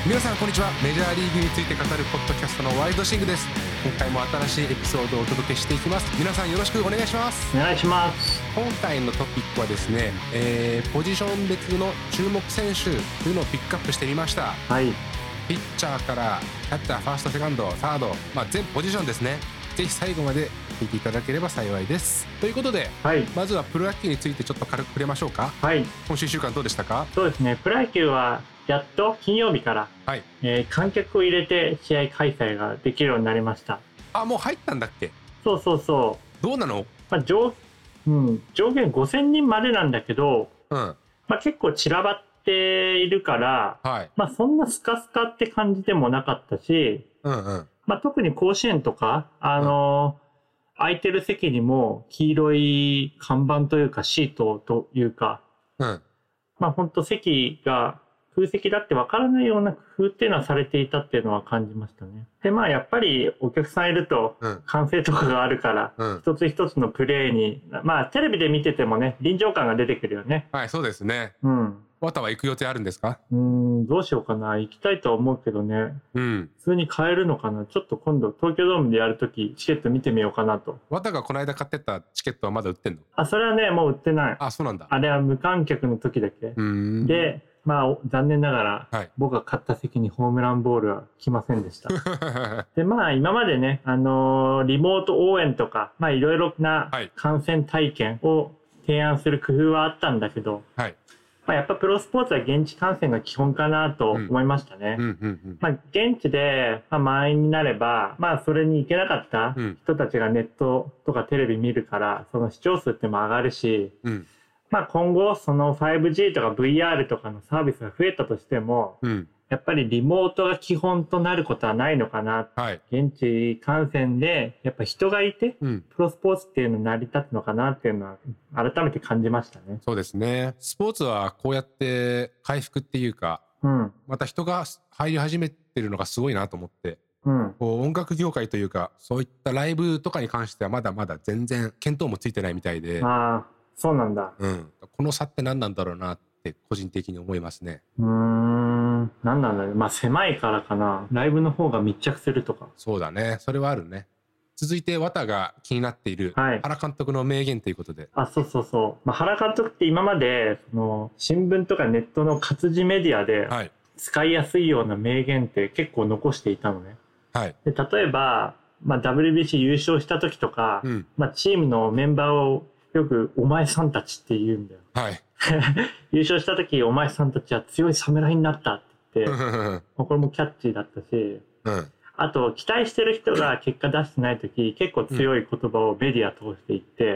皆さんこんにちは。メジャーリーグについて語るポッドキャストのワイルドシングです。今回も新しいエピソードをお届けしていきます。皆さんよろしくお願いします。 お願いします。 今回のトピックはですね、ポジション別の注目選手というのをピックアップしてみました。 はい。 ピッチャーからキャッチャー、ファースト、セカンド、サード、全ポジションですね。ぜひ最後まで聞いていただければ幸いです。ということで、 はい、 まずはプロ野球についてちょっと軽く触れましょうか。 はい。 今週1週間どうでしたか？ そうですね。プロ野球はやっと金曜日から、 はい、 観客を入れて試合開催ができるようになりました。 あ、もう入ったんだっけ？ そうそうそう。 どうなの？ 上限5000人までなんだけど、結構散らばっているから、 はい、 そんなスカスカって感じでもなかったし、特に甲子園とか、空いてる席にも黄色い看板というかシートというか、本当席が空席だって分からないような工夫っていうのはされていたっていうのは感じましたね。で、やっぱりお客さんいると歓声とかがあるから、一つ一つのプレーに、テレビで見ててもね、臨場感が出てくるよね。 はい、そうですね。綿は行く予定あるんですか？ どうしようかな。行きたいとは思うけどね。普通に買えるのかな。ちょっと今度東京ドームでやるときチケット見てみようかなと。 綿がこの間買ってたチケットはまだ売ってんの？ あ、それはね、もう売ってない。 あ、そうなんだ。 あれは無観客の時だけ。で、残念ながら、僕が買った席にホームランボールは来ませんでした。で、今までね、リモート応援とか、いろいろな観戦体験を提案する工夫はあったんだけど、やっぱプロスポーツは現地観戦が基本かなと思いましたね。現地で、満員になれば、それに行けなかった人たちがネットとかテレビ見るから、その視聴数っても上がるし、今後、その 5G とか VR とかのサービスが増えたとしても、やっぱりリモートが基本となることはないのかな。現地観戦で、やっぱ人がいて、プロスポーツっていうの成り立つのかなっていうのは、改めて感じましたね。 そうですね。スポーツはこうやって回復っていうか、また人が入り始めてるのがすごいなと思って、こう音楽業界というか、そういったライブとかに関してはまだまだ全然見当もついてないみたいで、 そうなんだ。 この差って何なんだろうなって個人的に思いますね。 何なんだろう。狭いからかな。ライブの方が密着するとか。 そうだね。それはあるね。続いて綿が気になっている原監督の名言ということで。 そう。原監督って今まで新聞とかネットの活字メディアで使いやすいような名言って結構残していたのね。で例えば、WBC 優勝した時とか、チームのメンバーをよくお前さんたちって言うんだよ。優勝した時お前さんたちは強い侍になったって言ってこれもキャッチーだったし、あと期待してる人が結果出してない時結構強い言葉をメディア通していって、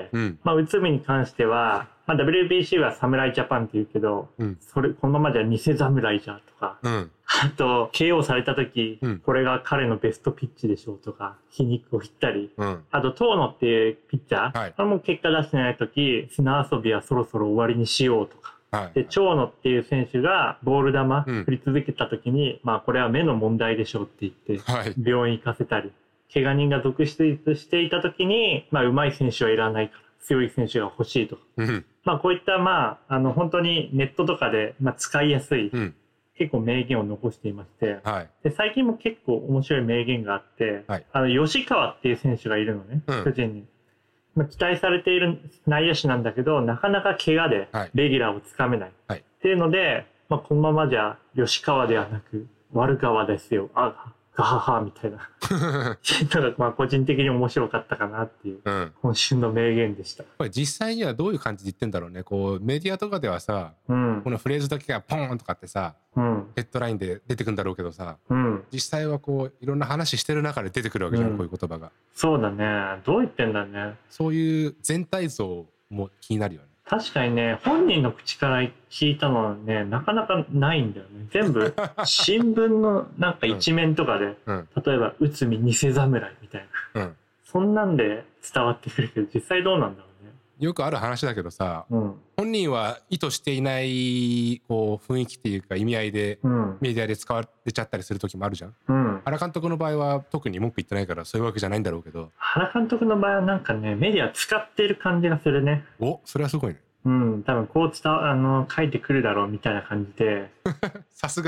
内海に関しては、WBC は侍ジャパンって言うけど、このままじゃ偽侍じゃとか、あと KO された時、これが彼のベストピッチでしょうとか皮肉を言ったり、あと遠野っていうピッチャー、もう結果出してない時砂遊びはそろそろ終わりにしようとか、で長野っていう選手がボール球振り続けた時に、これは目の問題でしょうって言って病院行かせたり、怪我人が続出していた時に、上手い選手はいらないから強い選手が欲しいとか、こういった本当にネットとかで使いやすい、結構名言を残していまして、で最近も結構面白い名言があって、吉川っていう選手がいるのね、巨人に。期待されている内野手なんだけど、なかなか怪我でレギュラーをつかめない。っていうので、このままじゃ吉川ではなく悪川ですよ。ガハハみたいな。個人的に面白かったかなっていう、今週の名言でした。 これ実際にはどういう感じで言ってんだろうね。こうメディアとかではさ、このフレーズだけがポーンとかってさ、ヘッドラインで出てくんだろうけどさ、実際はこういろんな話してる中で出てくるわけじゃん、こういう言葉が。 そうだね。どう言ってんだね。 そういう全体像も気になるよね。 確かにね、本人の口から聞いたのはね、なかなかないんだよね。全部新聞の一面とかで、例えば内海偽侍みたいな、そんなんで伝わってくるけど、実際どうなんだろうね。 よくある話だけどさ、本人は意図していないこう雰囲気っていうか意味合いでメディアで使われちゃったりする時もあるじゃん。原監督の場合は特に文句言ってないからそういうわけじゃないんだろうけど、 原監督の場合はメディア使っている感じがするね。 それはすごいね。 多分こう書いてくるだろうみたいな感じでさすが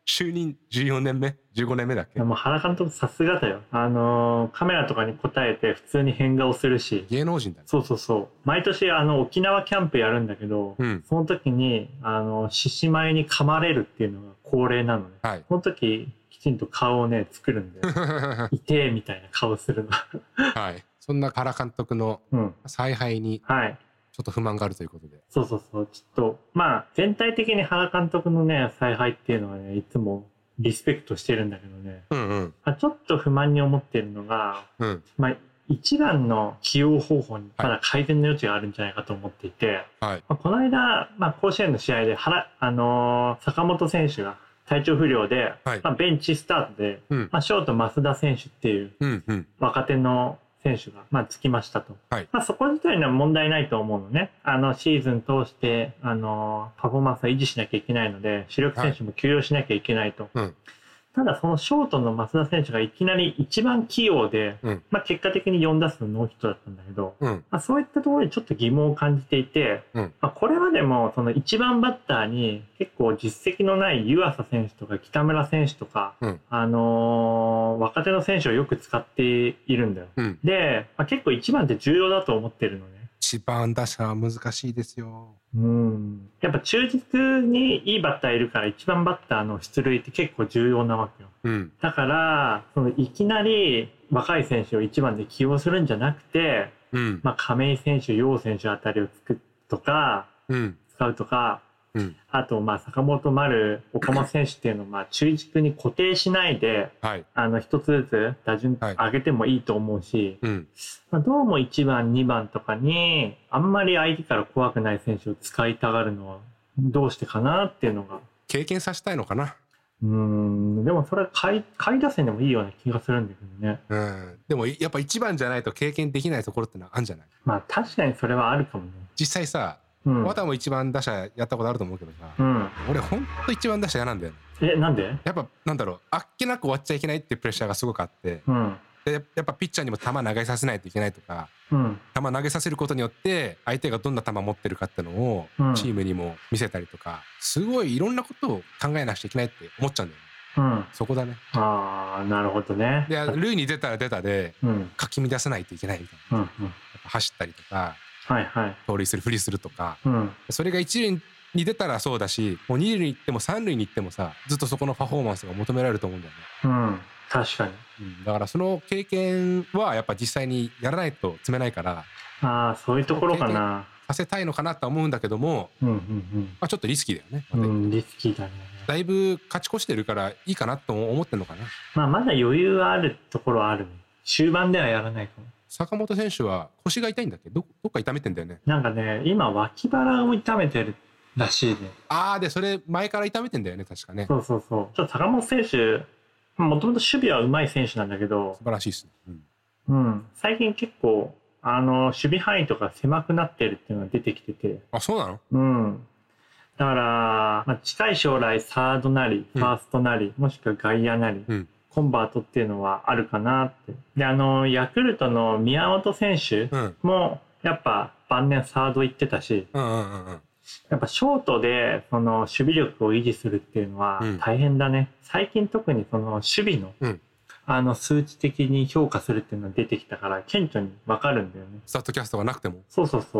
就任14年目15年目だっけ。 もう原監督さすがだよ。カメラとかに答えて普通に変顔するし。 芸能人だね。 そうそうそう。毎年沖縄キャンプやるんだけど、その時に獅子舞に噛まれるっていうのが恒例なのね。はい、その時きちんと顔をね作るんで痛えみたいな顔するのはい。そんな原監督の采配に、はいちょっと不満があるということで。 そうそうそう。ちょっと、まあ、全体的に原監督のね、采配っていうのはね、いつもリスペクトしてるんだけどね。うんうん。ちょっと不満に思ってるのが、まあ、一番の起用方法にまだ改善の余地があるんじゃないかと思っていて、はいこの間、まあ、甲子園の試合で坂本選手が体調不良で、はいまあ、ベンチスタートで、まあ、ショート増田選手っていう若手の選手が、まあ、つきましたと。はい。まあ、そこ自体には問題ないと思うのね。シーズン通して、パフォーマンスを維持しなきゃいけないので、主力選手も休養しなきゃいけないと。はいただ、そのショートの増田選手がいきなり一番器用で、まあ、結果的に4打数ノーヒットだったんだけど、まあ、そういったところにちょっと疑問を感じていて、まあ、これまでもその1番バッターに結構実績のない湯浅選手とか北村選手とか、若手の選手をよく使っているんだよ。で、まあ、結構1番って重要だと思ってるのね。 一番打者は難しいですよ。 やっぱ中軸にいいバッターいるから1番バッターの出塁って結構重要なわけよ。だからいきなり若い選手を1番で起用するんじゃなくて、まあ、亀井選手、楊選手あたりを使うとか、あとまあ坂本丸、岡本選手っていうのをまあ中軸に固定しないで、はい、一つずつ打順上げてもいいと思うし、まあ、どうも1番、2番とかにあんまり相手から怖くない選手を使いたがるのはどうしてかなっていうのが。 経験させたいのかな。 でもそれは下位打線でもいいような気がするんだけどね。 でもやっぱ1番じゃないと経験できないところってのはあるんじゃない？ まあ確かにそれはあるかもね。 実際さ、綿も一番打者やったことあると思うけどさ、俺ほんと一番打者嫌なんだよね。 なんで？ やっぱなんだろう、あっけなく終わっちゃいけないっていうプレッシャーがすごくあって、でやっぱピッチャーにも球投げさせないといけないとか、球投げさせることによって相手がどんな球持ってるかってのをチームにも見せたりとか、すごいいろんなことを考えなくちゃいけないって思っちゃうんだよね。そこだね。 ああ、なるほどね。 で塁に出たら出たでかき乱さないといけないみたいな、走ったりとか。盗塁するふりするとか、それが一塁に出たらそうだし、もう二塁に行っても三塁に行ってもさ、ずっとそこのパフォーマンスが求められると思うんだよね。 確かに、 だからその経験はやっぱ実際にやらないと積めないから、 そういうところかな。 させたいのかなとは思うんだけども、まあちょっとリスキーだよね。リスキーだね。 だいぶ勝ち越してるからいいかなと思ってんのかな。 まだ余裕はあるところはあるね。終盤ではやらないかも。 坂本選手は腰が痛いんだっけ？どっか痛めてんだよね。 なんかね、今脇腹を痛めてるらしいね。 でそれ前から痛めてんだよね、確かね。 そう。ちょっと坂本選手、もともと守備は上手い選手なんだけど、 素晴らしいですね。 最近結構守備範囲とか狭くなってるっていうのが出てきてて。 そうなの？ だから、まあ、近い将来サードなりファーストなり、もしくは外野なり、コンバートっていうのはあるかなって。で、ヤクルトの宮本選手も、やっぱ晩年サード行ってたし、やっぱショートで、その守備力を維持するっていうのは大変だね。最近特にその守備の、数値的に評価するっていうのが出てきたから、顕著にわかるんだよね。 スタットキャストがなくても。 そう。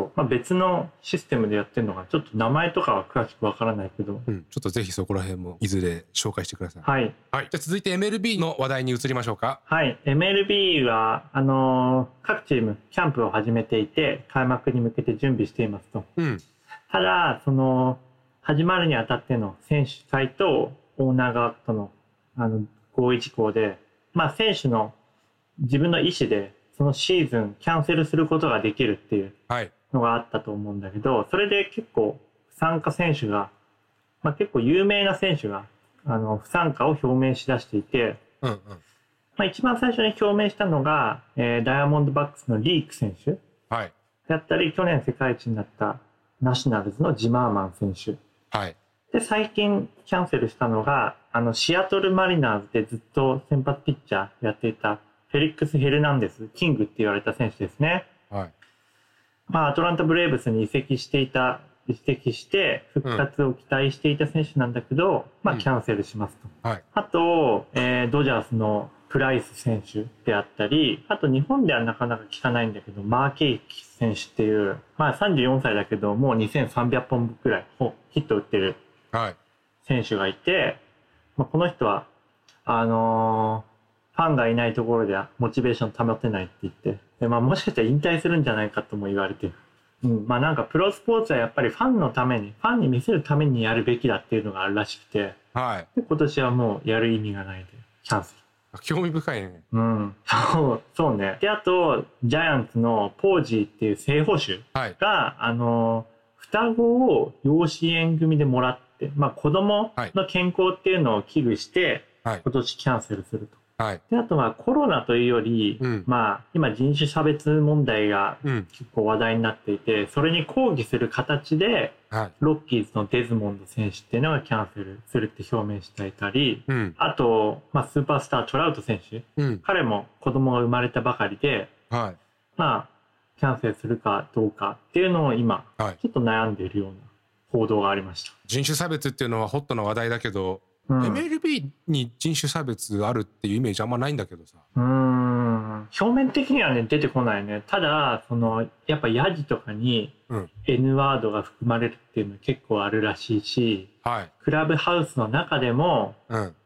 まあ、別のシステムでやってるのが、ちょっと名前とかは詳しくわからないけど。 ちょっとぜひそこら辺もいずれ紹介してください。 はい。 じゃあ続いて MLB の話題に移りましょうか。 はい。MLB は、各チーム、キャンプを始めていて、開幕に向けて準備していますと。ただ、始まるにあたっての選手会とオーナー側との、合意事項で、まあ、選手の自分の意思で、そのシーズンキャンセルすることができるっていうのがあったと思うんだけど、それで結構不参加選手が、まあ、結構有名な選手が不参加を表明しだしていて、まあ、一番最初に表明したのが、ダイヤモンドバックスのリーク選手だったり、去年世界一になったナショナルズのジマーマン選手、で最近キャンセルしたのがシアトルマリナーズでずっと先発ピッチャーやっていたフェリックス・ヘルナンデス、キングって言われた選手ですね。まあ、アトランタ・ブレーブスに移籍していた移籍して復活を期待していた選手なんだけど、キャンセルしますと。はい、あと、ドジャースのプライス選手であったり、あと日本ではなかなか聞かないんだけど、マーケイキ選手っていう、34歳だけど、もう2300本くらいヒット打ってる選手がいて、この人は、ファンがいないところではモチベーション保てないって言って、でもしかしたら引退するんじゃないかとも言われてる。なんかプロスポーツはやっぱりファンのために、ファンに見せるためにやるべきだっていうのがあるらしくて、はい、で今年はもうやる意味がないでキャンセル。 興味深いね。 そうね。で、あと、ジャイアンツのポージーっていう正捕手が、双子を養子縁組でもらって、子供の健康っていうのを危惧して、今年キャンセルすると。で、あとはコロナというより、今人種差別問題が結構話題になっていて、それに抗議する形で、ロッキーズのデズモンド選手っていうのがキャンセルするって表明していたり、あと、スーパースタートラウト選手、彼も子供が生まれたばかりで、キャンセルするかどうかっていうのを今、ちょっと悩んでいるような報道がありました。 人種差別っていうのはホットな話題だけど、MLB に人種差別あるっていうイメージあんまないんだけどさ。 表面的にはね出てこないね。ただやっぱヤジとかに N ワードが含まれるっていうのは結構あるらしいし、クラブハウスの中でも、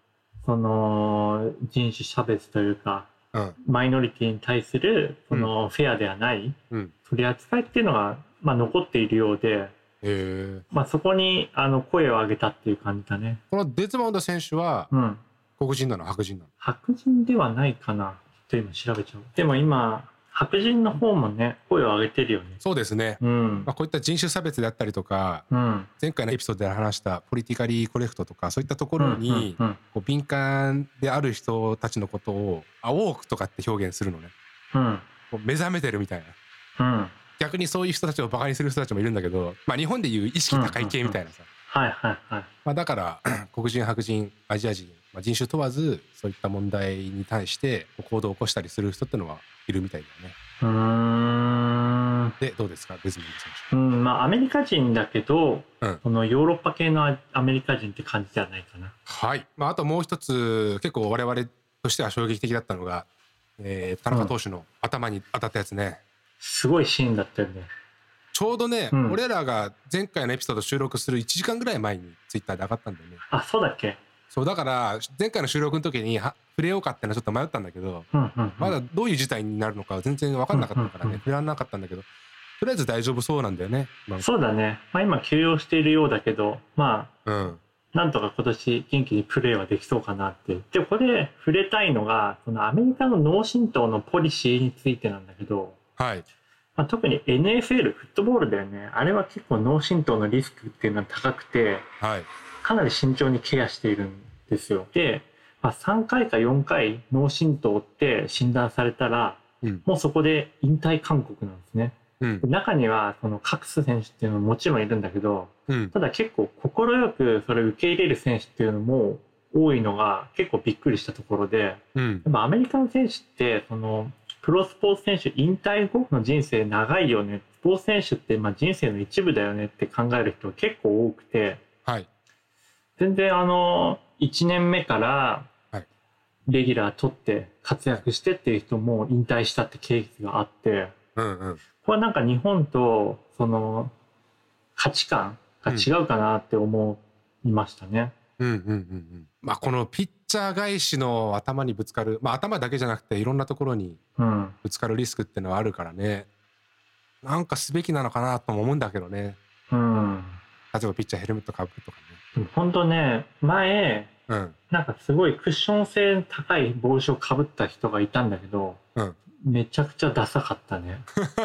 人種差別というか、マイノリティに対するフェアではない取り扱いっていうのが残っているようで。そこに声を上げたっていう感じだね。 このデズモンド選手は黒人なの白人なの？ 白人ではないかなと今調べちゃう。でも今白人の方もね声を上げてるよね。 そうですね、こういった人種差別であったりとか、前回のエピソードで話したポリティカリーコレクトとかそういったところにこう敏感である人たちのことをアウォークとかって表現するのね、こう目覚めてるみたいな、逆にそういう人たちをバカにする人たちもいるんだけど、日本でいう意識高い系みたいなさ、だから黒人白人アジア人、人種問わずそういった問題に対して行動を起こしたりする人ってのはいるみたいだよね。でどうですかデズモンド選手？ アメリカ人だけど、このヨーロッパ系のアメリカ人って感じじゃないかな。 はい、あともう一つ結構我々としては衝撃的だったのが、田中投手の頭に当たったやつね。 すごいシーンだったよね。 ちょうどね、俺らが前回のエピソード収録する1時間ぐらい前にツイッターで上がったんだよね。 あ、そうだっけ？ そうだから前回の収録の時に触れようかってのはちょっと迷ったんだけど、まだどういう事態になるのか全然分かんなかったからね、触れられなかったんだけど、とりあえず大丈夫そうなんだよね。 そうだね、今休養しているようだけど、なんとか今年元気にプレーはできそうかなって。でこれ触れたいのがそのアメリカの脳震盪のポリシーについてなんだけど、特に NFL フットボールだよね。あれは結構脳震盪のリスクっていうのは高くて、かなり慎重にケアしているんですよ。で、3回か4回脳震盪って診断されたら、もうそこで引退勧告なんですね。中にはその隠す選手っていうのももちろんいるんだけど、ただ結構快くそれを受け入れる選手っていうのも多いのが結構びっくりしたところで、やっぱアメリカの選手ってそのプロスポーツ選手引退後の人生長いよね、スポーツ選手って人生の一部だよねって考える人結構多くて、全然1年目からレギュラー取って活躍してっていう人も引退したってケースがあって、これはなんか日本とその価値観が違うかなって思いましたね。 このピッチャー返しの頭にぶつかる、頭だけじゃなくていろんなところにぶつかるリスクってのはあるからね、なんかすべきなのかなとも思うんだけどね。例えばピッチャーヘルメットかぶるとかね。本当ね、前、なんかすごいクッション性高い帽子をかぶった人がいたんだけど、めちゃくちゃダサかったね。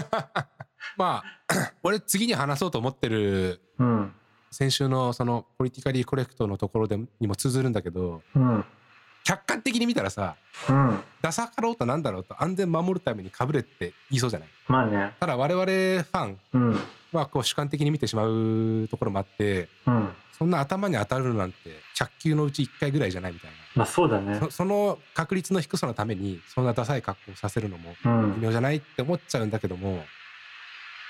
俺次に話そうと思ってる、先週のそのポリティカリーコレクトのところにも通ずるんだけど、客観的に見たらさ、ダサかろうとなんだろうと安全守るためにかぶれって言いそうじゃない。ただ我々ファンはこう主観的に見てしまうところもあって、そんな頭に当たるなんて100球のうち1回ぐらいじゃないみたいな。 そうだね。 その確率の低さのためにそんなダサい格好をさせるのも微妙じゃないって思っちゃうんだけども、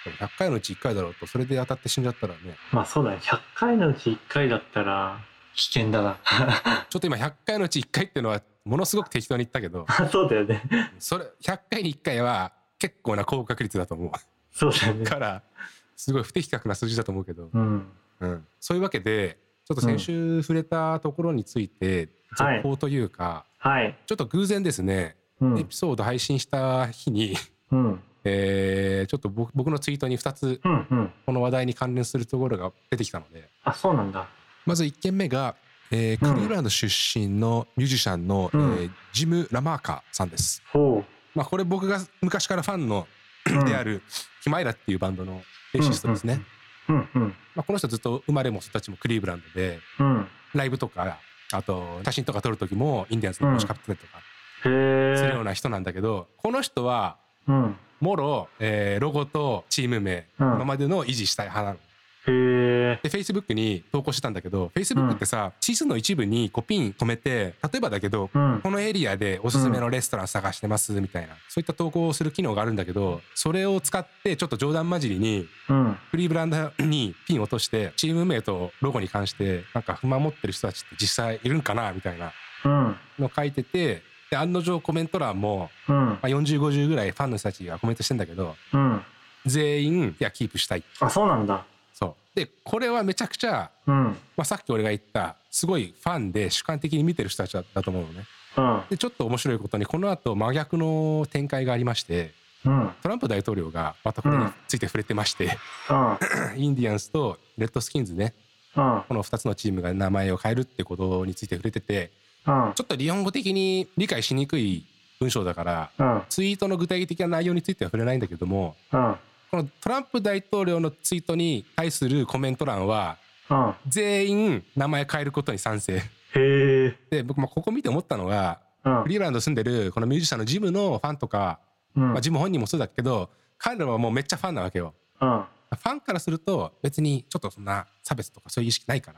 100回のうち1回だろうと、それで当たって死んじゃったらね。 まあそうだね、100回のうち1回だったら危険だな。 ちょっと今100回のうち1回っていうのはものすごく適当に言ったけどそうだよね。 それ100回に1回は結構な高確率だと思う。 そうだよね。 からすごい不適格な数字だと思うけど、そういうわけでちょっと先週触れたところについて続報というか、ちょっと偶然ですね、エピソード配信した日に、ちょっと僕のツイートに2つこの話題に関連するところが出てきたので。 あ、そうなんだ。 まず1件目が、クリーブランド出身のミュージシャンの、ジム・ラマーカさんです。まあこれ僕が昔からファンのであるキマイラっていうバンドのベーシストですね。まあこの人ずっと生まれも育ちもクリーブランドで、ライブとかあと写真とか撮る時もインディアンスの帽子かぶってたりとかするような人なんだけど、この人はもろロゴとチーム名今までの維持したい派なの。で Facebook に投稿してたんだけど、 Facebook ってさ、シーズンの一部にこうピン止めて、例えばだけど、このエリアでおすすめのレストラン探してますみたいな、そういった投稿をする機能があるんだけど、それを使ってちょっと冗談交じりにクリーブランドにピン落としてチーム名とロゴに関してなんか不満持ってる人たちって実際いるんかなみたいなの書いてて、で案の定コメント欄も、まあ、40、50ぐらいファンの人たちがコメントしてんだけど、全員いやキープしたい。 あ、そうなんだ。 そうでこれはめちゃくちゃ、まあ、さっき俺が言ったすごいファンで主観的に見てる人たちだと思うのね。でちょっと面白いことにこの後真逆の展開がありまして、トランプ大統領がまたこれについて触れてまして、インディアンスとレッドスキンズね、この2つのチームが名前を変えるってことについて触れてて、ちょっと日本語的に理解しにくい文章だから、ツイートの具体的な内容については触れないんだけども、このトランプ大統領のツイートに対するコメント欄は全員名前変えることに賛成。で僕もここ見て思ったのが、クリーブランド住んでるこのミュージシャンのジムのファンとか、まあ、ジム本人もそうだけど彼らはもうめっちゃファンなわけよ。ファンからすると別にちょっとそんな差別とかそういう意識ないから、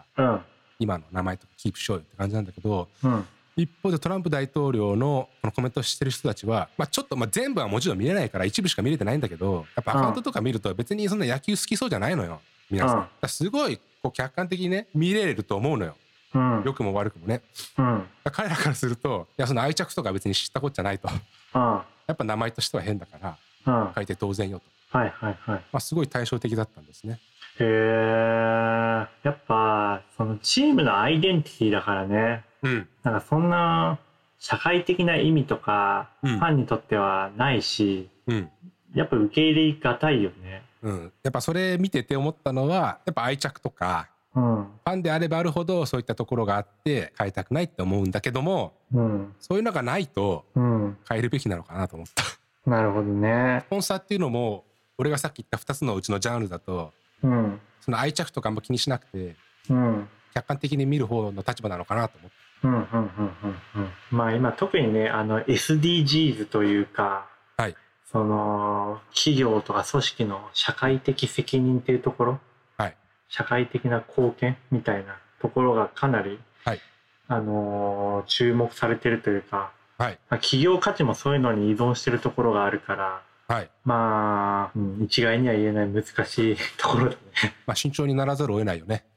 今の名前とかキープしようよって感じなんだけど、一方でトランプ大統領のこのコメントをしてる人たちは、まあ、ちょっとまあ全部はもちろん見れないから一部しか見れてないんだけど、やっぱアカウントとか見ると別にそんな野球好きそうじゃないのよ皆さん。だすごいこう客観的にね見れると思うのよ、良くも悪くもね。彼らからするといやその愛着とか別に知ったことじゃないと、やっぱ名前としては変だから書いて当然よと、まあ、すごい対照的だったんですね。 へえ、やっぱそのチームのアイデンティティだからね。なんかそんな社会的な意味とかファンにとってはないし、やっぱ受け入れがたいよね。 やっぱそれ見てて思ったのはやっぱ愛着とか、ファンであればあるほどそういったところがあって変えたくないって思うんだけども、そういうのがないと変えるべきなのかなと思った。 なるほどね。 スポンサーっていうのも俺がさっき言った2つのうちのジャンルだと、その愛着とかも気にしなくて、客観的に見る方の立場なのかなと思って。 まあ今特にねSDGs というか、その企業とか組織の社会的責任っていうところ、社会的な貢献みたいなところがかなり、注目されてるというか、企業価値もそういうのに依存してるところがあるから、まあ、一概には言えない難しいところだね。 まあ慎重にならざるを得ないよね。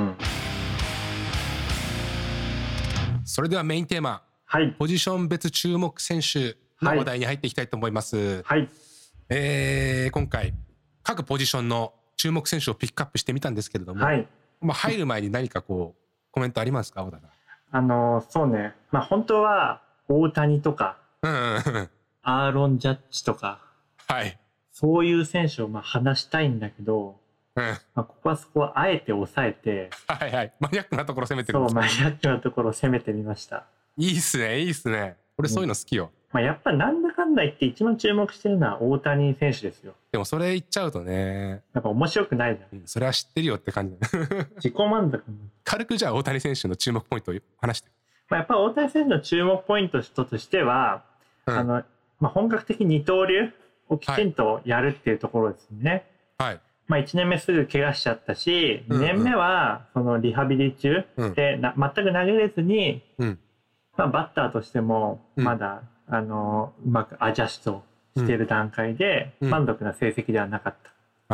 それではメインテーマ、ポジション別注目選手の話題に入っていきたいと思います。今回各ポジションの注目選手をピックアップしてみたんですけれども、まあ入る前に何かこうコメントありますか、小田さん。 そうね、まあ本当は大谷とか、アーロン・ジャッジとか、そういう選手をまあ話したいんだけど、まあここはそこはあえて抑えて、 マニアックなところ攻めてるんですか。 そう、マニアックなところを攻めてみました。 いいっすね、いいっすね。俺そういうの好きよ。 まあやっぱなんだかんだ言って一番注目してるのは大谷選手ですよ。 でもそれ言っちゃうとね、 やっぱ面白くないじゃん。 それは知ってるよって感じ。 自己満足。 軽くじゃあ大谷選手の注目ポイントを話して。 まあやっぱ大谷選手の注目ポイントとしては、まあ本格的二刀流をきちんとやるっていうところですね。まあ1年目すぐ怪我しちゃったし、2年目はそのリハビリ中で全く投げれずに、まあバッターとしてもまだうまくアジャストしている段階で満足な成績ではなかった。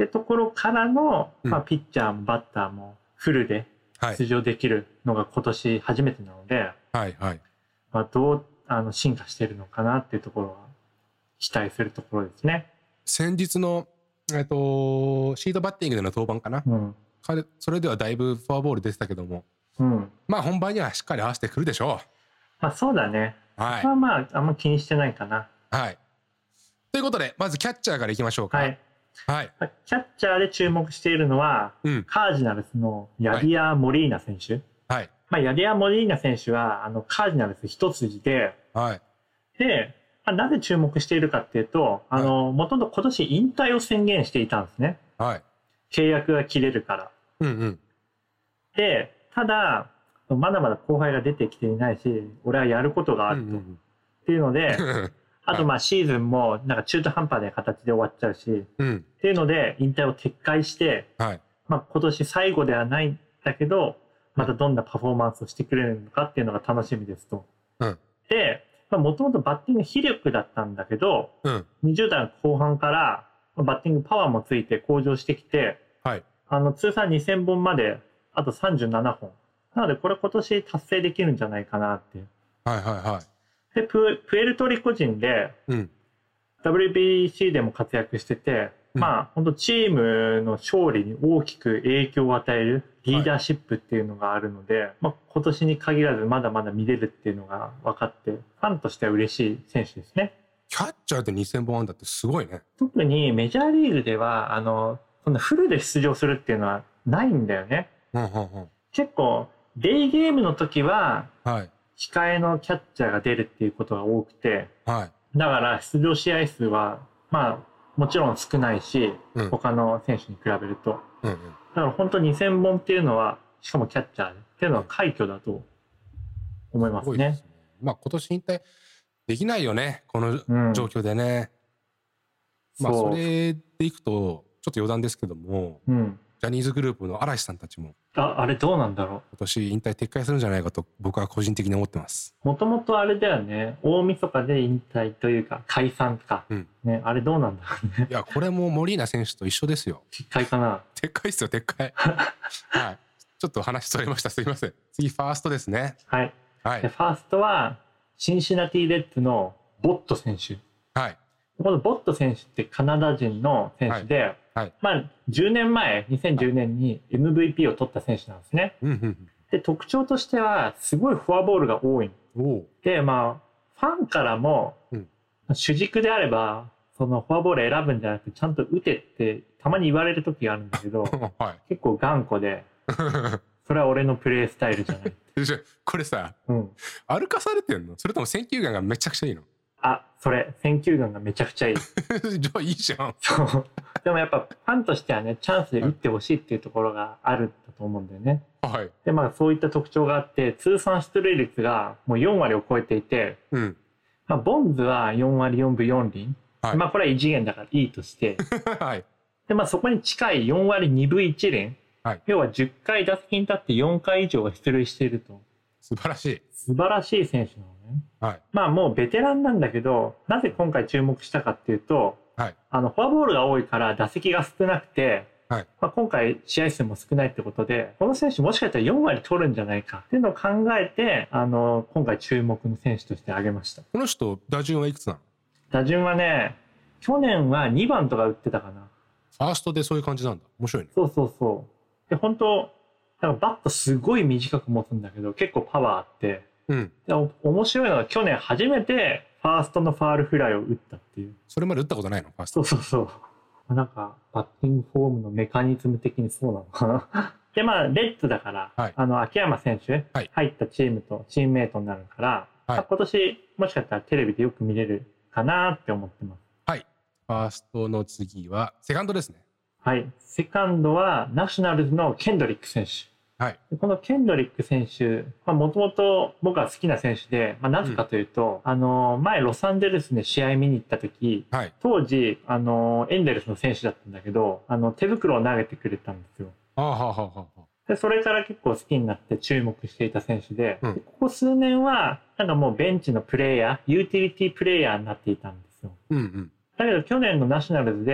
ってところからの、ピッチャーもバッターもフルで出場できるのが今年初めてなので、どう進化しているのかなっていうところは期待するところですね。 先日の、シートバッティングでの登板かな、それではだいぶフォアボール出てたけども、まあ本番にはしっかり合わせてくるでしょう。 そうだね。あんま気にしてないかな。 ということでまずキャッチャーからいきましょうか。キャッチャーで注目しているのは、カージナルスのヤディア・モリーナ選手。ヤディア・モリーナ選手はカージナルス一筋で、で、なぜ注目しているかっていうと、もともと今年引退を宣言していたんですね。契約が切れるから。で、ただ、まだまだ後輩が出てきていないし、俺はやることがあると。っていうので、あとシーズンもなんか中途半端な形で終わっちゃうし、っていうので引退を撤回して、今年最後ではないんだけど、またどんなパフォーマンスをしてくれるのかっていうのが楽しみですと。で、もともとバッティング非力だったんだけど、20代の後半からバッティングパワーもついて向上してきて、通算2000本まであと37本。なのでこれ今年達成できるんじゃないかなっていう。で、プエルトリコ人で、WBC でも活躍してて、本当チームの勝利に大きく影響を与えるリーダーシップっていうのがあるので、今年に限らずまだまだ見れるっていうのが分かって、ファンとしては嬉しい選手ですね。 キャッチャーで2000本安打ってすごいね。 特にメジャーリーグでは、そんなフルで出場するっていうのはないんだよね。結構、デイゲームの時は、控えのキャッチャーが出るっていうことが多くて、だから出場試合数は、もちろん少ないし、他の選手に比べると。だから本当に2000本っていうのは、しかもキャッチャーっていうのは快挙だと思いますね。 今年引退できないよね、この状況でね。それでいくと、ちょっと余談ですけども、ジャニーズグループの嵐さんたちもあれどうなんだろう。 今年引退撤回するんじゃないかと僕は個人的に思ってます。 もともとあれだよね、大晦日で引退というか解散か、あれどうなんだろうね。 いやこれもモリーナ選手と一緒ですよ。 撤回かな。 撤回っすよ撤回。ちょっと話それました、すいません。次ファーストですね。 でファーストはシンシナティレッズのボット選手。このボット選手ってカナダ人の選手で、10年前、2010年に MVP を取った選手なんですね。で、特徴としては、すごいフォアボールが多い。で、ファンからも、主軸であれば、そのフォアボール選ぶんじゃなくて、ちゃんと打てってたまに言われる時があるんだけど、結構頑固で、それは俺のプレースタイルじゃない。 これさ、歩かされてんの？それとも選球眼がめちゃくちゃいいの？ それ、選球眼がめちゃくちゃいい。 じゃあいいじゃん。 そう。でもやっぱファンとしてはね、チャンスで打ってほしいっていうところがあるんだと思うんだよね。で、そういった特徴があって、通算出塁率がもう4割を超えていて、ボンズは4割4分4厘。これは異次元だからいいとして、で、そこに近い4割2分1厘。要は10回打席に立って4回以上が出塁していると。 素晴らしい。 素晴らしい選手なのね。もうベテランなんだけど、なぜ今回注目したかっていうと、フォアボールが多いから打席が少なくて、今回試合数も少ないってことで、この選手もしかしたら4割取るんじゃないかっていうのを考えて、今回注目の選手として挙げました。 この人、打順はいくつなの？ 打順はね、去年は2番とか打ってたかな。 ファーストでそういう感じなんだ。面白いね。 そう。で、本当バットすごい短く持つんだけど、結構パワーあって、で面白いのは去年初めてファーストのファールフライを打ったっていう。 それまで打ったことないの？ファースト。 そうなんかバッティングフォームのメカニズム的にそうなのかな。でレッズだから、秋山選手、入ったチームとチームメイトになるから、今年もしかしたらテレビでよく見れるかなって思ってます。 ファーストの次はセカンドですね。 セカンドはナショナルズのケンドリック選手。このケンドリック選手、もともと僕は好きな選手で、なぜかというと、前ロサンゼルスで試合見に行った時、当時、エンゼルスの選手だったんだけど、手袋を投げてくれたんですよ。で、それから結構好きになって注目していた選手で、ここ数年は、なんかもうベンチのプレイヤー、ユーティリティプレイヤーになっていたんですよ。だけど去年のナショナルズで、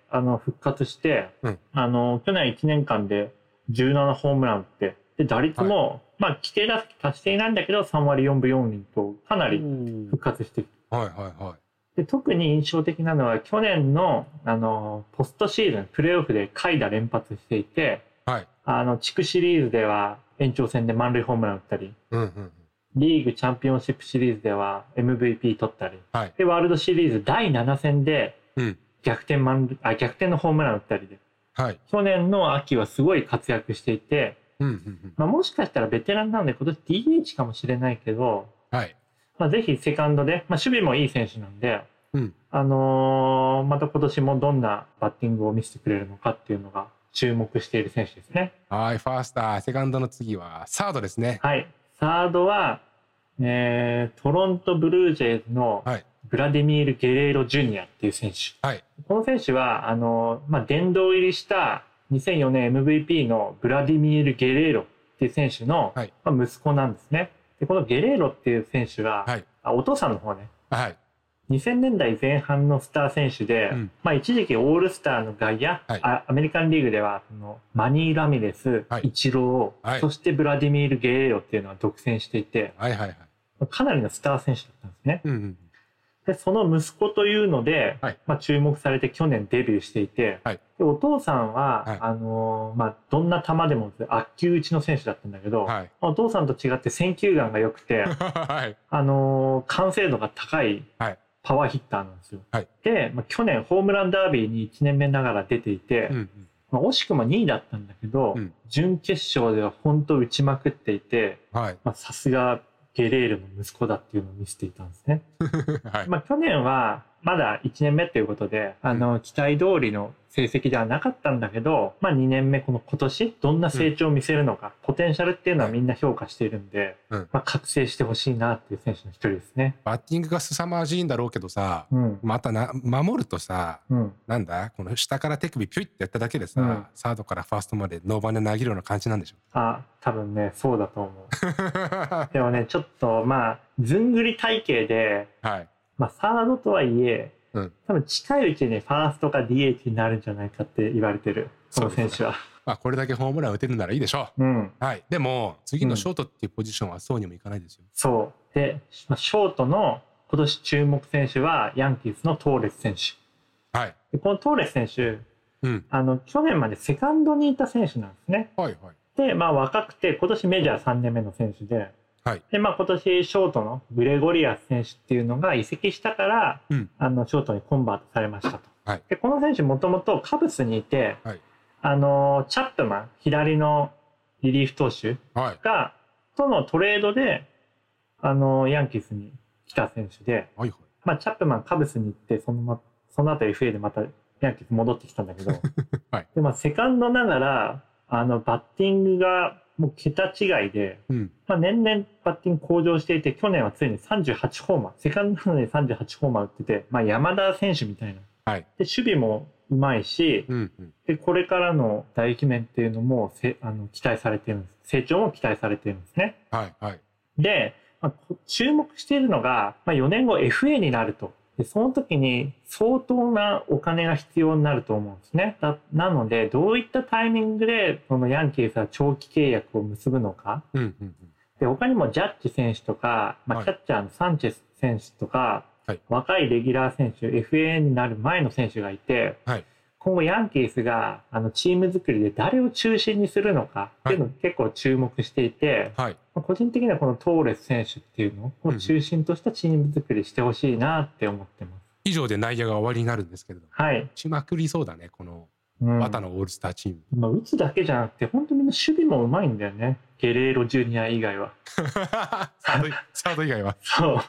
復活して、去年1年間で17ホームラン打って、で、打率も、規定打席達成なんだけど、3割4分4厘と、かなり復活してきて。で、特に印象的なのは、去年の、ポストシーズン、プレーオフで下位打連発していて、地区シリーズでは延長戦で満塁ホームラン打ったり、リーグチャンピオンシップシリーズでは MVP 取ったり、で、ワールドシリーズ第7戦で逆転のホームラン打ったりで、去年の秋はすごい活躍していて、もしかしたらベテランなので今年 DH かもしれないけど、ぜひセカンドで、守備もいい選手なんで、また今年もどんなバッティングを見せてくれるのかっていうのが注目している選手ですね。 はい、ファースター、セカンドの次はサードですね。 はい、サードは、トロントブルージェイズのブラディミール・ゲレーロ・ジュニアっていう選手。この選手は、殿堂入りした2004年 MVP のブラディミール・ゲレーロっていう選手の、息子なんですね。で、このゲレーロっていう選手は、お父さんの方ね、2000年代前半のスター選手で、一時期オールスターの外野、アメリカンリーグではマニー・ラミレス、イチロー、そしてブラディミール・ゲレーロっていうのは独占していて、かなりのスター選手だったんですね。で、その息子というので、注目されて去年デビューしていて、でお父さんは、どんな球でも悪球打ちの選手だったんだけど、お父さんと違って選球眼が良くて、完成度が高いパワーヒッターなんですよ。で、去年ホームランダービーに1年目ながら出ていて、惜しくも2位だったんだけど、準決勝では本当打ちまくっていて、さすがゲレールの息子だっていうのを見せていたんですね。去年はまだ1年目ということで、期待通りの成績ではなかったんだけど、2年目、今年、どんな成長を見せるのか、ポテンシャルっていうのはみんな評価しているんで、覚醒してほしいなっていう選手の一人ですね。 バッティングが凄まじいんだろうけどさ、また守るとさ、なんだこの下から手首ピュイってやっただけでさ、サードからファーストまでノーバンで投げるような感じなんでしょ。 多分ね、そうだと思う。でもね、ちょっとずんぐり体型で、サードとはいえ、多分近いうちにファーストか DH になるんじゃないかって言われてる、この選手は。 これだけホームラン打てるならいいでしょう。でも次のショートっていうポジションはそうにもいかないですよ。 そうで、ショートの今年注目選手はヤンキースのトーレス選手。でこのトーレス選手、去年までセカンドにいた選手なんですね。で、若くて今年メジャー3年目の選手で、で、今年ショートのグレゴリアス選手っていうのが移籍したから、ショートにコンバートされましたと。で、この選手もともとカブスにいて、チャップマン、左のリリーフ投手が、とのトレードで、ヤンキースに来た選手で、チャップマンカブスに行って、その後 FA でまたヤンキース戻ってきたんだけど、で、セカンドながら、バッティングが、もう桁違いで、年々バッティング向上していて、去年はついに38ホーマー、セカンドなのに38ホーマー打ってて、山田選手みたいな。で、守備もうまいし、で、これからの大イケメンっていうのも期待されているんです。成長も期待されているんですね。で、注目しているのが、4年後 FA になると。で、その時に相当なお金が必要になると思うんですね。なので、どういったタイミングで、このヤンキースは長期契約を結ぶのか。で、他にもジャッジ選手とか、キャッチャーのサンチェス選手とか、若いレギュラー選手、FA になる前の選手がいて、今後ヤンキースがチーム作りで誰を中心にするのかっていうのを結構注目していて、個人的にはこのトーレス選手っていうのを中心としたチーム作りしてほしいなって思ってます。 以上で内野が終わりになるんですけれども、しまくりそうだね、この綿のオールスターチーム。 打つだけじゃなくて本当みんな守備もうまいんだよね、ゲレーロジュニア以外は。 サード以外は。 そう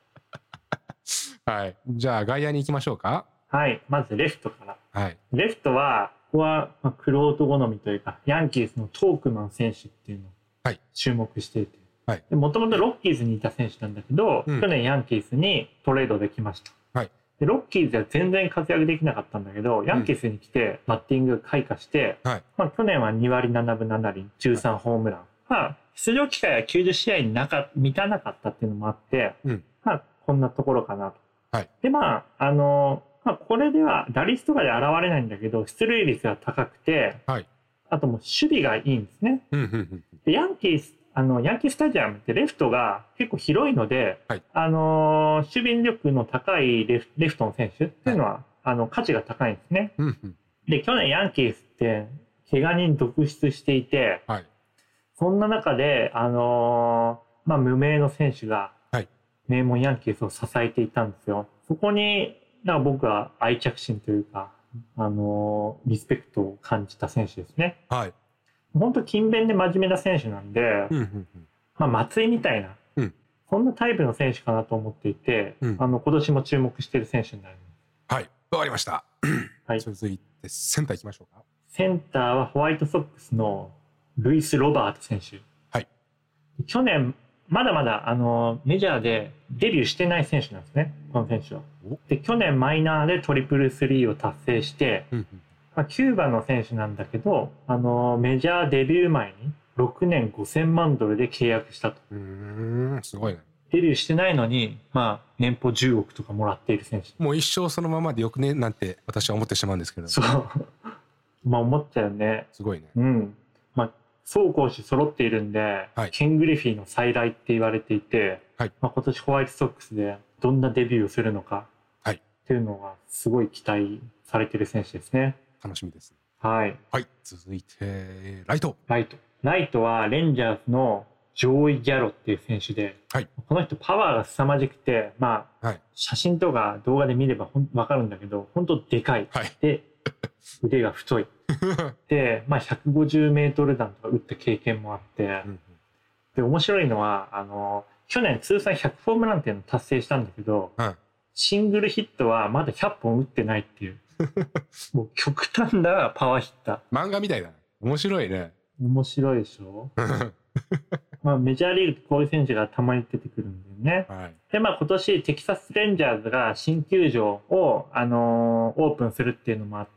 じゃあ外野に行きましょうか。 まずレフトから。レフトは、ここはクロート好みというか、ヤンキースのトークマン選手っていうのを注目していて、もともとロッキーズにいた選手なんだけど、去年ヤンキースにトレードできました。でロッキーズでは全然活躍できなかったんだけど、ヤンキースに来てバッティング開花して、去年は2割7分7厘、13ホームラン。出場機会は90試合に満たなかったっていうのもあって、こんなところかなと。で、 これでは打率とかで現れないんだけど、出塁率が高くて、はい、あともう守備がいいんですね。でヤンキースタジアムってレフトが結構広いので、はい、守備力の高いレフトの選手っていうのは、はい、価値が高いんですね。で、去年ヤンキースって怪我人続出していて、はい、そんな中で、無名の選手が名門ヤンキースを支えていたんですよ。そこに僕は愛着心というか、リスペクトを感じた選手ですね。はい。本当勤勉で真面目な選手なんで、松井みたいな、そんなタイプの選手かなと思っていて、今年も注目している選手になります。 はい。わかりました。はい。続いてセンター行きましょうか。 センターはホワイトソックスのルイス・ロバート選手。はい。去年、まだまだメジャーでデビューしてない選手なんですね、この選手は。で、去年マイナーでトリプルスリーを達成して、キューバの選手なんだけど、メジャーデビュー前に6年5000万ドルで契約したと。 すごいね。 デビューしてないのに、年俸10億とかもらっている選手。 もう一生そのままでよくねなんて私は思ってしまうんですけど。 そう。思っちゃうね。 すごいね。 走攻守揃っているんで、はい、ケン・グリフィーの再来って言われていて、はい、今年ホワイトソックスでどんなデビューをするのかっていうのがすごい期待されている選手ですね。 楽しみです。 はい。 はい。続いてライトはレンジャーズのジョーイ・ギャロっていう選手で、はい、この人パワーが凄まじくて、はい、写真とか動画で見ればわかるんだけど、本当でかい。はい、で腕が太い。で、150メートル弾とか打った経験もあって、で、面白いのは、去年通算100ホームランっていうのを達成したんだけど、シングルヒットはまだ100本打ってないっていう。もう極端なパワーヒッター。漫画みたいだね。面白いね。 面白いでしょメジャーリーグってこういう選手がたまに出てくるんだよね。はい、で、今年テキサスレンジャーズが新球場を、オープンするっていうのもあって、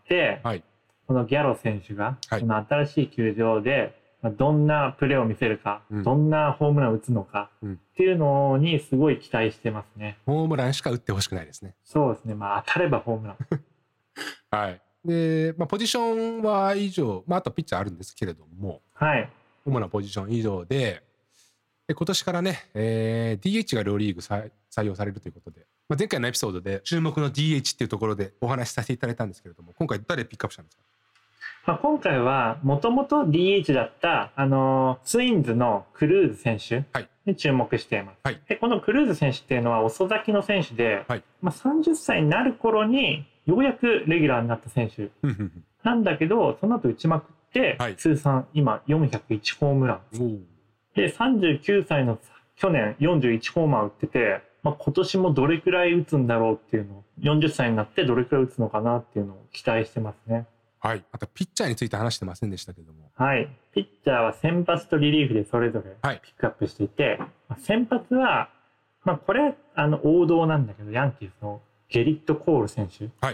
はい、このギャロ選手が、この新しい球場で、どんなプレーを見せるか、どんなホームランを打つのかっていうのにすごい期待してますね。 ホームランしか打ってほしくないですね。 そうですね。当たればホームラン。 はい。で、ポジションは以上、あとピッチャーあるんですけれども、はい。主なポジション以上で、今年からね、DH が両リーグ採用されるということで、前回のエピソードで注目の DH っていうところでお話しさせていただいたんですけれども、今回誰ピックアップしたんですか？ 今回はもともと DH だったツインズのクルーズ選手に注目しています。はい、でこのクルーズ選手っていうのは遅咲きの選手で、はい、30歳になる頃にようやくレギュラーになった選手なんだけど、その後打ちまくって、はい、通算今401ホームランで、39歳の去年41ホーマー打ってて、今年もどれくらい打つんだろうっていうのを、40歳になってどれくらい打つのかなっていうのを期待してますね。 はい。あとピッチャーについて話してませんでしたけども。 はい。ピッチャーは先発とリリーフでそれぞれピックアップしていて、先発は、これ王道なんだけど、ヤンキースのゲリット・コール選手。はい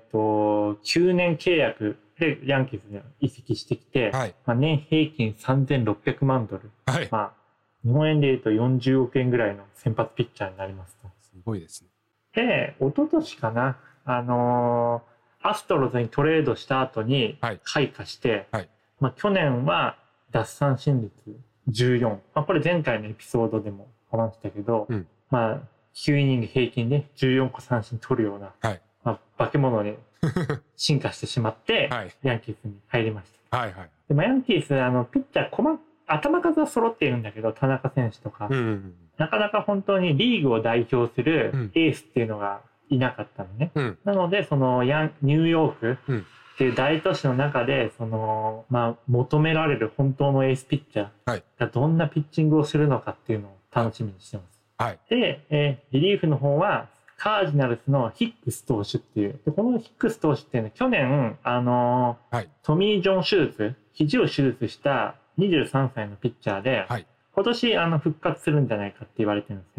。9年契約でヤンキースに移籍してきて、はい、年平均3600万ドル。はい。日本円で言うと40億円ぐらいの先発ピッチャーになりますと。 すごいですね。 で、一昨年かな、アストロズにトレードした後に開花して、はいはい、去年は奪三振率14。これ前回のエピソードでも話したけど、9イニング平均で14個三振取るような、はい化け物に進化してしまって、はい、ヤンキースに入りました。はいはい、でヤンキース、ピッチャー頭数は揃っているんだけど、田中選手とか、なかなか本当にリーグを代表するエースっていうのがいなかったのね。なので、ニューヨークっていう大都市の中で、求められる本当のエースピッチャーがどんなピッチングをするのかっていうのを楽しみにしてます。はい、で、リリーフの方は、カージナルスのヒックス投手っていう。でこのヒックス投手っていうのは去年、トミー・ジョン手術、肘を手術した23歳のピッチャーで、今年復活するんじゃないかって言われてるんですね。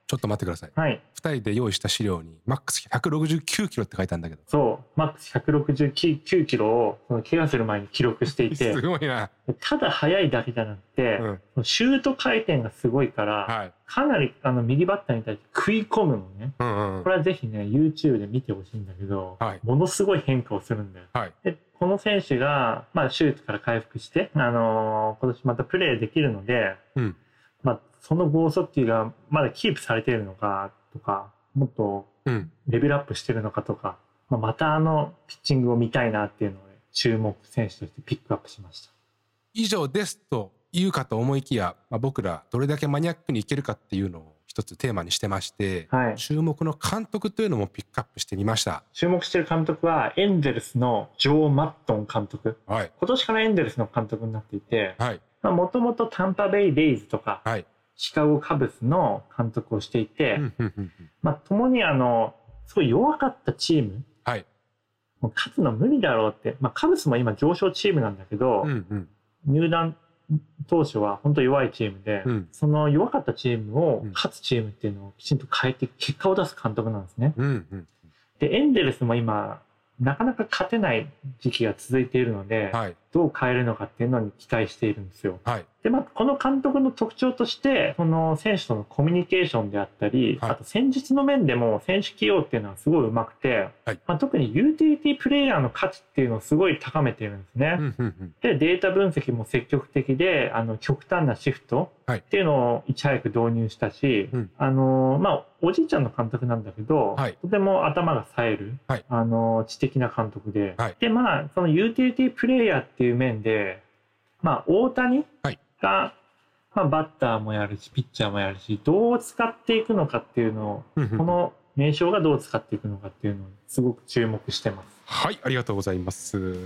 ちょっと待ってください。 はい。 2人で用意した資料にマックス169キロって書いてあるんだけど。 そう。マックス169キロをその怪我する前に記録していて。 すごいな。 ただ速いだけじゃなくて、シュート回転がすごいから、はい、かなり右バッターに対して食い込むのね。これはぜひね、YouTube で見てほしいんだけど、はい、ものすごい変化をするんだよ。はい、でこの選手が、シュートから回復して、今年またプレーできるので、その剛速球がまだキープされているのかとか、もっとレベルアップしてるのかとか、またピッチングを見たいなっていうのを、注目選手としてピックアップしました。 以上ですと言うかと思いきや、僕らどれだけマニアックにいけるかっていうのを一つテーマにしてまして、はい、注目の監督というのもピックアップしてみました。 注目している監督はエンゼルスのジョー・マットン監督、はい、今年からエンゼルスの監督になっていて、もともとタンパベイ・レイズとか、はい、シカゴカブスの監督をしていて、共にすごい弱かったチーム、はい、もう勝つの無理だろうって、カブスも今上昇チームなんだけど、入団当初は本当弱いチームで、その弱かったチームを勝つチームっていうのをきちんと変えて結果を出す監督なんですね。でエンゼルスも今なかなか勝てない時期が続いているので、はい、どう変えるのかっていうのに期待しているんですよ。はい、でこの監督の特徴としてその選手とのコミュニケーションであったり、はい、あと戦術の面でも選手起用っていうのはすごい上手くて、はい、特にユーティリティプレイヤーの価値っていうのをすごい高めているんですね。でデータ分析も積極的で極端なシフトっていうのをいち早く導入したし、おじいちゃんの監督なんだけど、はい、とても頭が冴える、はい、知的な監督で、はい、でそのユーティリティプレイヤーっていう面で、大谷が、バッターもやるしピッチャーもやるし、どう使っていくのかっていうのをこの名称がどう使っていくのかっていうのをすごく注目してます。 はい、ありがとうございます、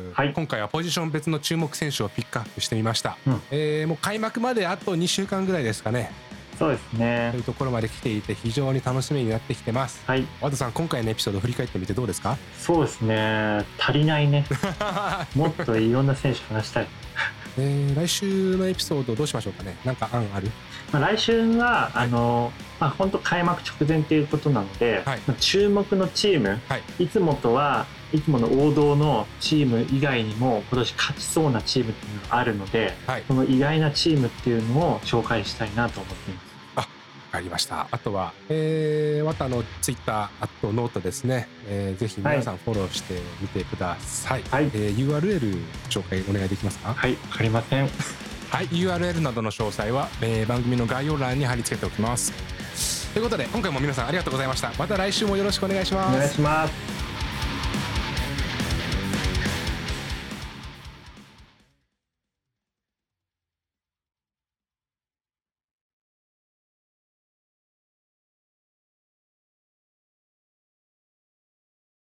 はい、今回はポジション別の注目選手をピックアップしてみました、もう開幕まであと2週間ぐらいですかね。 そうですね。 というところまで来ていて非常に楽しみになってきてます。はい。和田さん、今回のエピソードを振り返ってみてどうですか？ そうですね。足りないね。もっといろんな選手話したい。 来週のエピソードどうしましょうかね。なんか案ある？ 来週は本当開幕直前ということなので、はい、注目のチーム、はい、いつもの王道のチーム以外にも今年勝ちそうなチームっていうのがあるので、はい、その意外なチームっていうのを紹介したいなと思っています。 わかりました。あとは、わたのツイッターノートですね、ぜひ皆さんフォローしてみてください。はい、URL 紹介お願いできますか？ はい、わかりません。 はい、URL などの詳細は、番組の概要欄に貼り付けておきます。ということで今回も皆さんありがとうございました。また来週もよろしくお願いします。 お願いします。